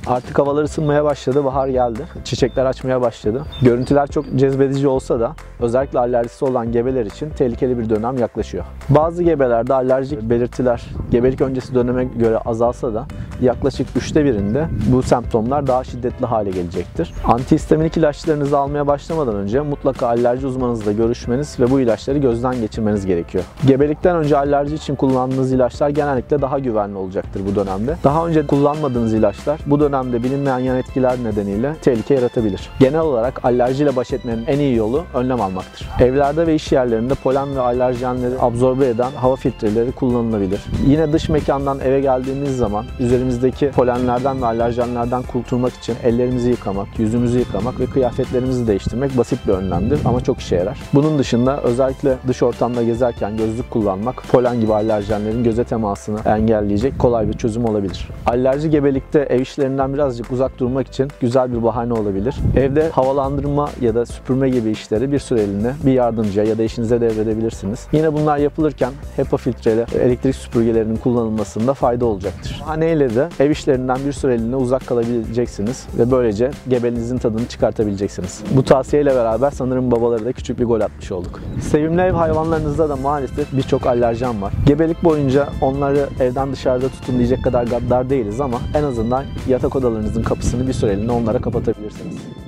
Artık havalar ısınmaya başladı, bahar geldi. Çiçekler açmaya başladı. Görüntüler çok cezbedici olsa da özellikle alerjisi olan gebeler için tehlikeli bir dönem yaklaşıyor. Bazı gebelerde alerjik belirtiler gebelik öncesi döneme göre azalsa da yaklaşık 1/3'inde bu semptomlar daha şiddetli hale gelecektir. Antihistaminik ilaçlarınızı almaya başlamadan önce mutlaka alerji uzmanınızla görüşmeniz ve bu ilaçları gözden geçirmeniz gerekiyor. Gebelikten önce alerji için kullandığınız ilaçlar genellikle daha güvenli olacaktır bu dönemde. Daha önce kullanmadığınız ilaçlar bu dönemde bilinmeyen yan etkiler nedeniyle tehlike yaratabilir. Genel olarak alerjiyle baş etmenin en iyi yolu önlem almaktır. Evlerde ve iş yerlerinde polen ve alerjenleri absorbe eden hava filtreleri kullanılabilir. Yine dış mekandan eve geldiğimiz zaman üzerimizdeki polenlerden ve alerjenlerden kurtulmak için ellerimizi yıkamak, yüzümüzü yıkamak ve kıyafetlerimizi değiştirmek basit bir önlemdir ama çok işe yarar. Bunun dışında özellikle dış ortamda gezerken gözlük kullanmak polen gibi alerjenlerin göze temasını engelleyecek kolay bir çözüm olabilir. Alerji gebelikte ev işlerinden birazcık uzak durmak için güzel bir bahane olabilir. Evde havalandırma ya da süpürme gibi işleri bir süreliğine bir yardımcıya ya da eşinize devredebilirsiniz. Yine bunlar yapılırken HEPA filtreli elektrik süpürgelerinin kullanılmasında fayda olacaktır. Bahaneyle de ev işlerinden bir süreliğine uzak kalabileceksiniz ve böylece gebeliğinizin tadını çıkartabileceksiniz. Bu tavsiyeyle beraber sanırım babalara da küçük bir gol atmış olduk. Sevimli ev hayvanlarınızda da maalesef birçok alerjen var. Gebelik boyunca onları evden dışarıda tutun diyecek kadar gaddar değiliz ama en azından yatak odalarınızın kapısını bir süreliğine onlara kapatabilirsiniz.